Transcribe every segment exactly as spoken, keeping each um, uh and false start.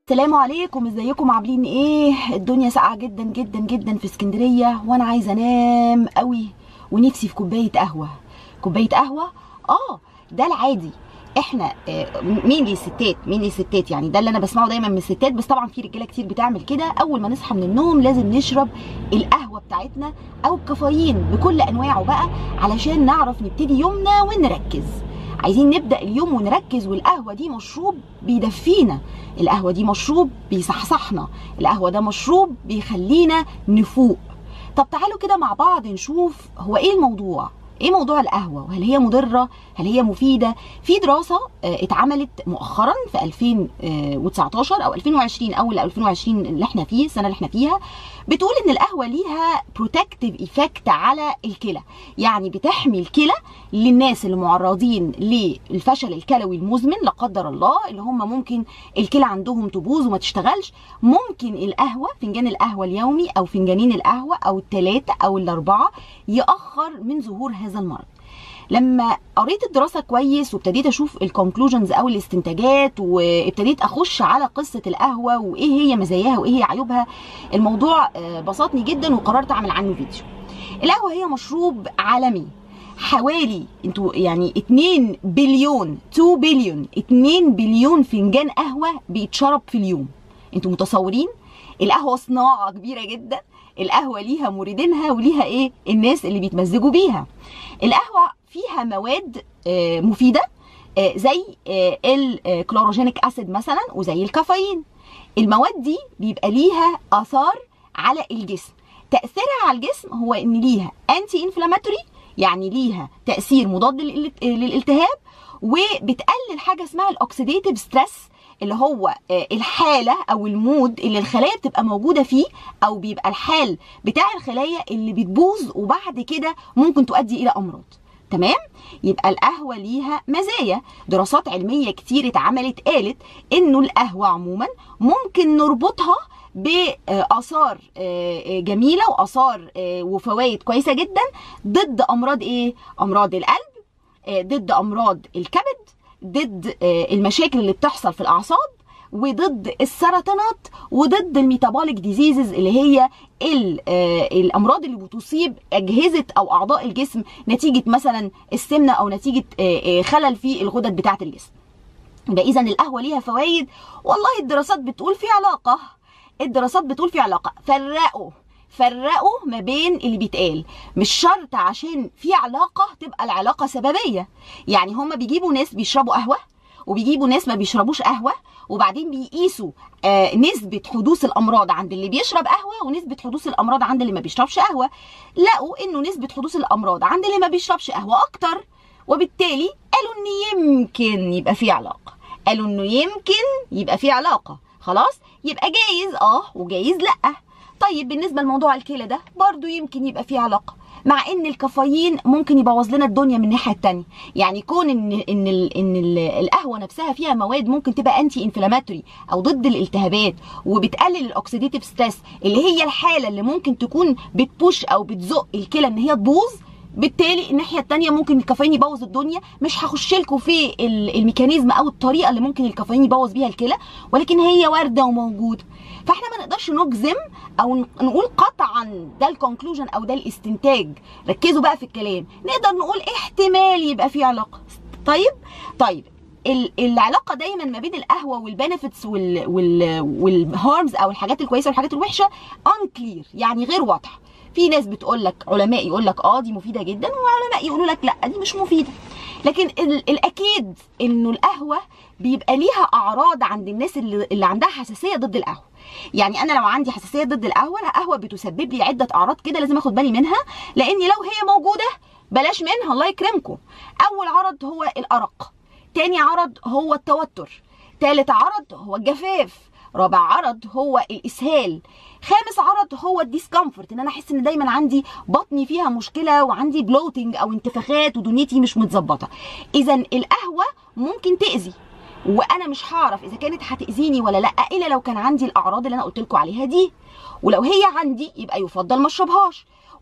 السلام عليكم، ازيكم؟ عاملين ايه؟ الدنيا ساقعه جدا جدا جدا في اسكندريه، وانا عايزه انام قوي ونفسي في كوبايه قهوه. كوبايه قهوه اه ده العادي. احنا آه، مين لي الستات مين لي الستات يعني ده اللي انا بسمعه دايما من الستات، بس طبعا في رجاله كتير بتعمل كده. اول ما نصحى من النوم لازم نشرب القهوه بتاعتنا او الكافيين بكل انواعه بقى، علشان نعرف نبتدي يومنا ونركز. عايزين نبدأ اليوم ونركز، والقهوة دي مشروب بيدفينا، القهوة دي مشروب بيصحصحنا، القهوة ده مشروب بيخلينا نفوق. طب تعالوا كده مع بعض نشوف هو ايه الموضوع، ايه موضوع القهوة، وهل هي مضرة، هل هي مفيدة؟ في دراسة اتعملت مؤخرا في ألفين وتسعتاشر او ألفين وعشرين، اول ألفين وعشرين اللي احنا فيه، السنة اللي احنا فيها، بتقول ان القهوة ليها بروتكتيف ايفكت على الكلى، يعني بتحمي الكلى للناس اللي معرضين للفشل الكلوي المزمن لا قدر الله، اللي هم ممكن الكلى عندهم تبوظ وما تشتغلش. ممكن القهوة، فنجان القهوة اليومي او فنجانين القهوة او الثلاثة او الاربعة، يأخر من ظهور هذا المرض. لما قريت الدراسه كويس وابتديت اشوف الكونكلوجنز او الاستنتاجات، وابتديت اخش على قصه القهوه وايه هي مزاياها وايه هي عيوبها، الموضوع بسطني جدا وقررت اعمل عنه فيديو. القهوه هي مشروب عالمي، حوالي انتوا يعني اتنين بليون اتنين بليون اتنين بليون فنجان قهوه بيتشرب في اليوم. انتوا متصورين؟ القهوه صناعه كبيره جدا، القهوه ليها موردينها وليها ايه الناس اللي بيتمزجوا بيها. القهوه فيها مواد مفيده زي الكلوروجينيك اسيد مثلا، وزي الكافيين. المواد دي بيبقى ليها اثار على الجسم. تاثيرها على الجسم هو ان ليها انتي انفلاماتوري، يعني ليها تاثير مضاد للالتهاب، وبتقلل حاجه اسمها الاوكسيديتيف ستريس، اللي هو الحاله او المود اللي الخلايا بتبقى موجوده فيه، او بيبقى الحال بتاع الخلايا اللي بتبوظ وبعد كده ممكن تؤدي الى امراض. تمام؟ يبقى القهوه ليها مزايا. دراسات علميه كتير اتعملت قالت انه القهوه عموما ممكن نربطها باثار جميله واثار وفوائد كويسه جدا ضد امراض ايه؟ امراض القلب، ضد امراض الكبد، ضد المشاكل اللي بتحصل في الاعصاب، وضد السرطانات، وضد الميتابوليك ديزيزز اللي هي الامراض اللي بتصيب اجهزه او اعضاء الجسم نتيجه مثلا السمنه او نتيجه خلل في الغدد بتاعه الجسم. يبقى اذا القهوه ليها فوائد، والله الدراسات بتقول في علاقه، الدراسات بتقول في علاقه. فرقوا فرقوا ما بين اللي بيتقال، مش شرط عشان في علاقه تبقى العلاقه سببيه. يعني هما بيجيبوا ناس بيشربوا قهوه، وبيجيبوا ناس ما بيشربوش قهوه، وبعدين بيقيسوا آه نسبه حدوث الامراض عند اللي بيشرب قهوه ونسبه حدوث الامراض عند اللي ما بيشربش قهوه. لقوا انه نسبه حدوث الامراض عند اللي ما بيشربش قهوه اكتر، وبالتالي قالوا ان يمكن يبقى في علاقه، قالوا انه يمكن يبقى في علاقه. خلاص، يبقى جايز اه وجايز لا. طيب بالنسبه لموضوع الكلى ده برضو يمكن يبقى في علاقه، مع ان الكافيين ممكن يبوظ لنا الدنيا من الناحيه الثانيه. يعني كون ان ان ال ان ال القهوه نفسها فيها مواد ممكن تبقى انتي انفلاماتوري او ضد الالتهابات، وبتقلل الاوكسيديتيف ستريس اللي هي الحاله اللي ممكن تكون بتبوش او بتزق الكلى ان هي تبوظ، بالتالي الناحيه الثانيه ممكن الكافيين يبوظ الدنيا. مش هخش لكم في الميكانيزم او الطريقه اللي ممكن الكافيين يبوظ بيها الكلى، ولكن هي وارده وموجوده. فاحنا ما نقدرش نجزم او نقول قطعا ده الكونكلوجن او ده الاستنتاج. ركزوا بقى في الكلام، نقدر نقول احتمال يبقى في علاقه. طيب طيب العلاقه دايما ما بين القهوه والبنفيتس وال وال والهارمز او الحاجات الكويسه والحاجات الوحشه انكلير، يعني غير واضحه. في ناس بتقول لك، علماء يقول لك اه دي مفيده جدا، وعلماء يقولوا لك لا دي مش مفيده. لكن الاكيد انه القهوه بيبقى ليها اعراض عند الناس اللي, اللي عندها حساسيه ضد القهوه. يعني انا لو عندي حساسيه ضد القهوه، القهوه بتسبب لي عده اعراض كده لازم اخد بالي منها، لاني لو هي موجوده بلاش منها الله يكرمكم. اول عرض هو الارق، تاني عرض هو التوتر، تالت عرض هو الجفاف، رابع عرض هو الاسهال، خامس عرض هو الديسكمفورت، ان انا احس ان دايما عندي بطني فيها مشكله وعندي بلوتنج او انتفاخات ودنيتي مش متظبطه. اذا القهوه ممكن تاذي، وانا مش هعرف اذا كانت هتاذيني ولا لا الا لو كان عندي الاعراض اللي انا قلت لكم عليها دي. ولو هي عندي يبقى يفضل ما اشربهاش،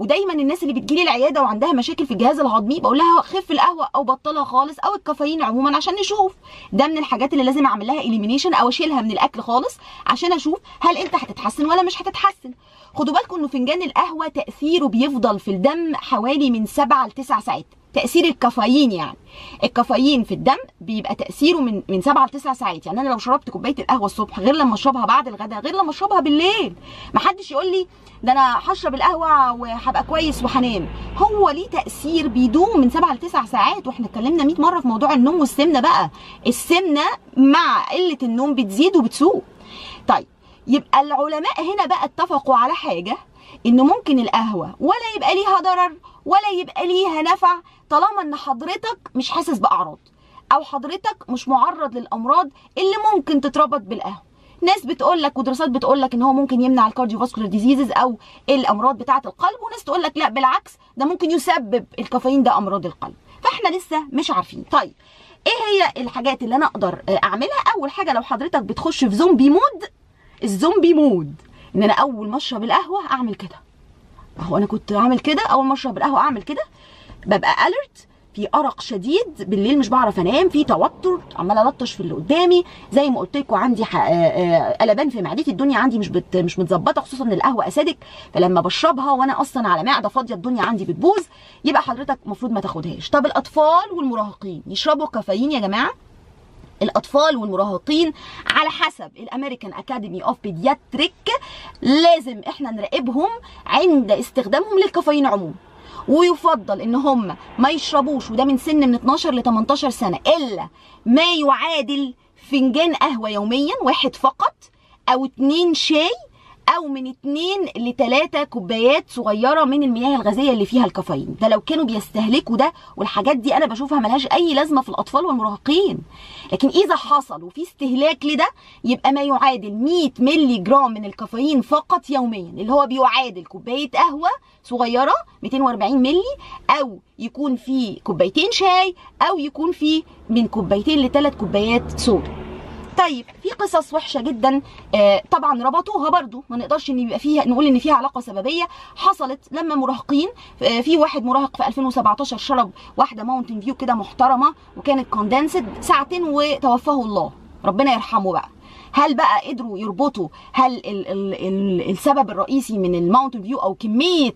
ودايما الناس اللي بتجيلي العياده وعندها مشاكل في الجهاز الهضمي بقول لها خف القهوه او بطلها خالص، او الكافيين عموما، عشان نشوف. ده من الحاجات اللي لازم اعمل لها اليمينيشن او اشيلها من الاكل خالص عشان اشوف هل انت هتتحسن ولا مش هتتحسن. خدوا بالكم انه فنجان القهوه تاثيره بيفضل في الدم حوالي من سبعة لتسعة ساعات، تاثير الكافيين يعني. الكافيين في الدم بيبقى تاثيره من من سبعة لتسعة ساعات. يعني انا لو شربت كوبايه القهوه الصبح غير لما اشربها بعد الغداء غير لما اشربها بالليل. محدش يقول لي ده انا هشرب القهوه وهبقى كويس وهنام. هو ليه تاثير بيدوم من سبعة لتسعة ساعات. واحنا اتكلمنا مية مره في موضوع النوم والسمنه بقى. السمنه مع قله النوم بتزيد وبتسوء. طيب يبقى العلماء هنا بقى اتفقوا على حاجه، ان ممكن القهوه ولا يبقى ليها ضرر ولا يبقى ليها نفع طالما ان حضرتك مش حاسس باعراض، او حضرتك مش معرض للامراض اللي ممكن تتربط بالقهوه. ناس بتقول لك ودراسات بتقول لك ان هو ممكن يمنع الكارديوفاسكولار ديزيزز او الامراض بتاعه القلب، وناس تقول لك لا بالعكس ده ممكن يسبب الكافيين ده امراض القلب. فاحنا لسه مش عارفين. طيب ايه هي الحاجات اللي انا اقدر اعملها؟ اول حاجه لو حضرتك بتخش في زومبي مود، الزومبي مود ان انا اول ما اشرب القهوه اعمل كده اهو. انا كنت عامل كده اول ما اشرب القهوه اعمل كده، ببقى اليرت، في ارق شديد بالليل، مش بعرف انام، في توتر، عماله الطش في اللي قدامي، زي ما قلت لكم عندي قلبان في معدتي، الدنيا عندي مش بت مش متظبطه، خصوصا ان القهوه اسيدك، فلما بشربها وانا اصلا على معده فاضيه الدنيا عندي بتبوظ. يبقى حضرتك المفروض ما تاخدهاش. طب الاطفال والمراهقين يشربوا كافيين يا جماعه؟ الاطفال والمراهقين على حسب الامريكان اكاديمي اوف بيدياتريك لازم احنا نراقبهم عند استخدامهم للكافيين عموما، ويفضل ان هم ما يشربوش، وده من سن من اتناشر ل تمنتاشر سنه، الا ما يعادل فنجان قهوه يوميا واحد فقط، او اتنين شاي، او من اتنين لتلاتة كوبايات صغيره من المياه الغازيه اللي فيها الكافيين. ده لو كانوا بيستهلكوا ده، والحاجات دي انا بشوفها ملهاش اي لازمه في الاطفال والمراهقين. لكن اذا حصل وفي استهلاك لده يبقى ما يعادل مية مللي جرام من الكافيين فقط يوميا، اللي هو بيعادل كوبايه قهوه صغيره ميتين واربعين مللي، او يكون في كوبايتين شاي، او يكون في من كوبايتين لثلاث كوبايات صودا. طيب في قصص وحشه جدا آه طبعا ربطوها برضو، ما نقدرش ان يبقى فيها نقول ان فيها علاقه سببيه. حصلت لما مراهقين، آه في واحد مراهق في الفين وسبعتاشر شرب واحده ماونتن فيو كده محترمه وكانت كوندنسد ساعتين وتوفاه الله، ربنا يرحمه بقى. هل بقى قدروا يربطوا هل ال ال ال السبب الرئيسي من الماونتن فيو او كميه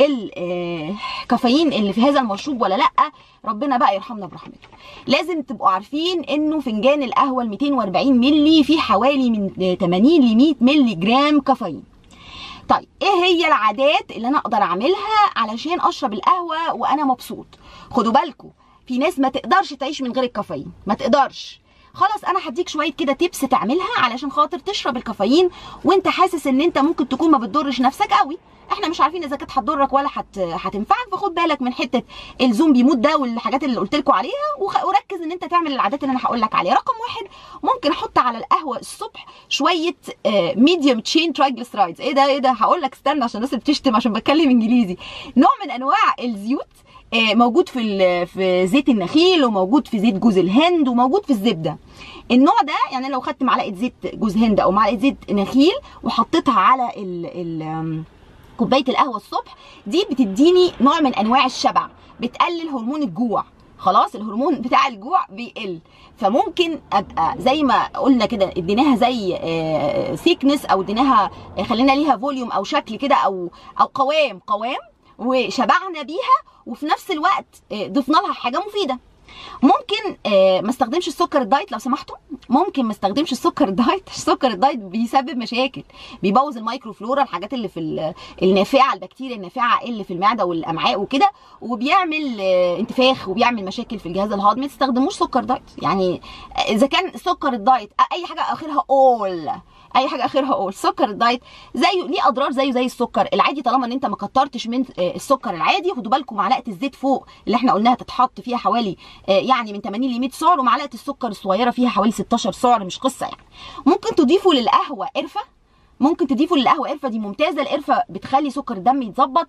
الكافيين اللي في هذا المشروب ولا لا؟ ربنا بقى يرحمنا برحمته. لازم تبقوا عارفين انه فنجان القهوه ال ميتين واربعين مللي فيه حوالي من تمانين ل مية مللي جرام كافيين. طيب ايه هي العادات اللي انا اقدر اعملها علشان اشرب القهوه وانا مبسوط؟ خدوا بالكم في ناس ما تقدرش تعيش من غير الكافيين، ما تقدرش. خلاص انا هديك شويه كده تيبس تعملها علشان خاطر تشرب الكافيين وانت حاسس ان انت ممكن تكون ما بتضرش نفسك قوي. احنا مش عارفين اذا كانت هتضرك ولا هت... هتنفعك، فخد بالك من حته الزومبي مود ده والحاجات اللي قلت لكم عليها، وخ... وركز ان انت تعمل العادات اللي انا هقول لك عليها. رقم واحد، ممكن احط على القهوه الصبح شويه ميديوم تشين ترايجليسرايدز. ايه ده ايه ده هقول لك استنى عشان الناس بتشتم عشان بتكلم انجليزي. نوع من انواع الزيوت موجود في في زيت النخيل، وموجود في زيت جوز الهند، وموجود في الزبده. النوع ده يعني لو خدت معلقه زيت جوز هند او معلقه زيت نخيل وحطيتها على ال ال كوبايه القهوه الصبح، دي بتديني نوع من انواع الشبع، بتقلل هرمون الجوع. خلاص الهرمون بتاع الجوع بيقل، فممكن ابقى زي ما قلنا كده اديناها زي ثيكنس او اديناها خلينا ليها فوليوم او شكل كده او او قوام قوام وشبعنا بيها، وفي نفس الوقت ضفنا لها حاجه مفيده. ممكن آه ما استخدمش السكر الدايت لو سمحتوا، ممكن ما استخدمش السكر الدايت. السكر الدايت بيسبب مشاكل، بيبوظ المايكرو فلورا، الحاجات اللي في النافعه، البكتيريا النافعه اللي في المعده والامعاء وكده، وبيعمل آه انتفاخ وبيعمل مشاكل في الجهاز الهضمي. ما تستخدموش سكر دايت. يعني اذا كان سكر الدايت اي حاجه اخرها اول، اي حاجه اخرها اول، سكر الدايت زيه ليه اضرار زيه زي السكر العادي طالما ان انت ما كترتش من السكر العادي. خدوا بالكم معلقه الزيت فوق اللي احنا قلناها تتحط فيها حوالي يعني من تمانين ل مية سعر، ومعلقه السكر الصغيره فيها حوالي ستاشر سعر، مش قصه يعني. ممكن تضيفوا للقهوه قرفه، ممكن تضيفوا للقهوه قرفه، دي ممتازه. القرفه بتخلي سكر الدم يتظبط،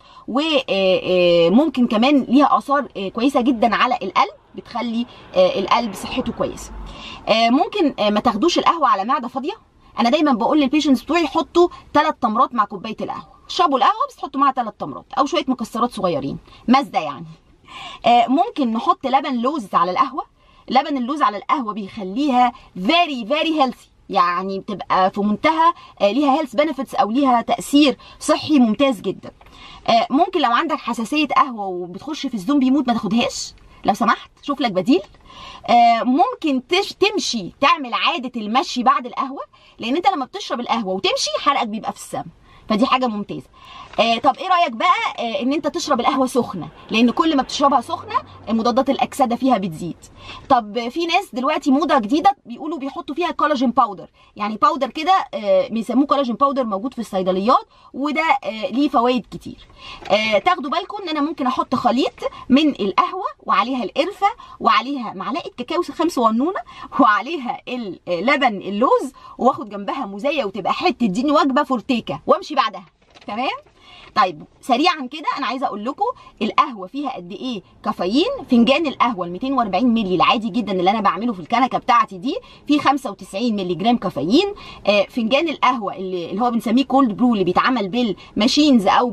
وممكن كمان ليها اثار كويسه جدا على القلب، بتخلي القلب صحته كويسه. ممكن ما تاخدوش القهوه على معده فاضيه، انا دايما بقول للبيشنتس بتوعي حطوا ثلاث تمرات مع كوبايه القهوه، اشربوا القهوه بس حطوا معاها ثلاث تمرات او شويه مكسرات صغيرين مزه يعني. آه ممكن نحط لبن لوز على القهوه. لبن اللوز على القهوه بيخليها فيري فيري هيلثي، يعني بتبقى في منتهى آه ليها هيلث بنفيتس او ليها تاثير صحي ممتاز جدا. آه ممكن لو عندك حساسيه قهوه وبتخش في الزومبي مود ما تاخدهاش لو سمحت، شوف لك بديل. آه ممكن تش تمشي تعمل عاده المشي بعد القهوه، لان انت لما بتشرب القهوه وتمشي حرقك بيبقى في السم، فدي حاجه ممتازه. آه طب ايه رايك بقى آه ان انت تشرب القهوه سخنه، لان كل ما بتشربها سخنه مضادات الاكسده فيها بتزيد. طب في ناس دلوقتي موضه جديده بيقولوا بيحطوا فيها كولاجين باودر، يعني باودر كده آه بيسموه كولاجين باودر، موجود في الصيدليات وده آه ليه فوائد كتير. آه تاخدوا بالكم ان انا ممكن احط خليط من القهوه وعليها القرفه وعليها معلقه كاكاو خام صغنونه وعليها اللبن اللوز، واخد جنبها موزايه وتبقى حته تديني وجبه فورتيكا وامشي بعدها. تمام؟ طيب سريعا كده انا عايزه اقول لكم القهوه فيها قد ايه كافيين. فنجان القهوه ال مئتين وأربعين مللي العادي جدا اللي انا بعمله في الكنكه بتاعتي دي فيه خمسة وتسعين مللي جرام كافيين. آه فنجان القهوه اللي, اللي هو بنسميه كولد برو اللي بيتعمل بالماشينز او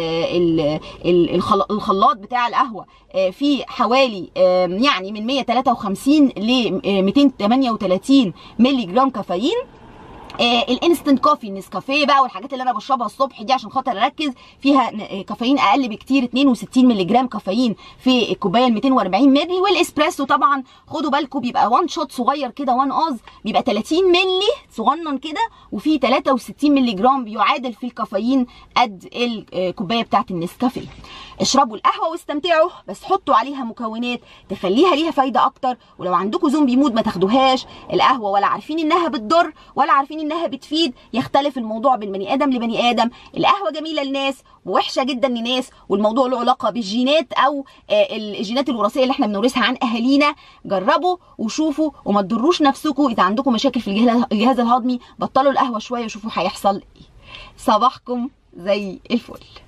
بالخلاط بتاع القهوه آه فيه حوالي آه يعني من مئة وثلاثة وخمسين ل مئتين وثمانية وثلاثين مللي جرام كافيين. آه الانستنت كوفي النسكافيه بقى والحاجات اللي انا بشربها الصبح دي عشان خاطر اركز فيها كافيين اقل بكتير، اتنين وستين مللي جرام كافيين في الكوبايه ال مئتين وأربعين مللي. والاسبريسو طبعا خدوا بالكم بيبقى وان شوت صغير كده، وان اوز بيبقى ثلاثين مللي صغنن كده وفيه ثلاثة وستين مللي جرام، بيعادل في الكافيين قد الكوبايه بتاعت النسكافيه. اشربوا القهوه واستمتعوا، بس حطوا عليها مكونات تخليها ليها فايده اكتر. ولو عندكم زومبي مود ما تاخدوهاش القهوه، ولا عارفين انها بتضر ولا عارفين انها بتفيد. يختلف الموضوع من بني ادم لبني ادم. القهوه جميله لناس ووحشه جدا لناس، والموضوع له علاقه بالجينات او الجينات الوراثيه اللي احنا بنورثها عن اهالينا. جربوا وشوفوا وما تضروش نفسكم. اذا عندكم مشاكل في الجهاز الهضمي بطلوا القهوه شويه وشوفوا هيحصل ايه. صباحكم زي الفل.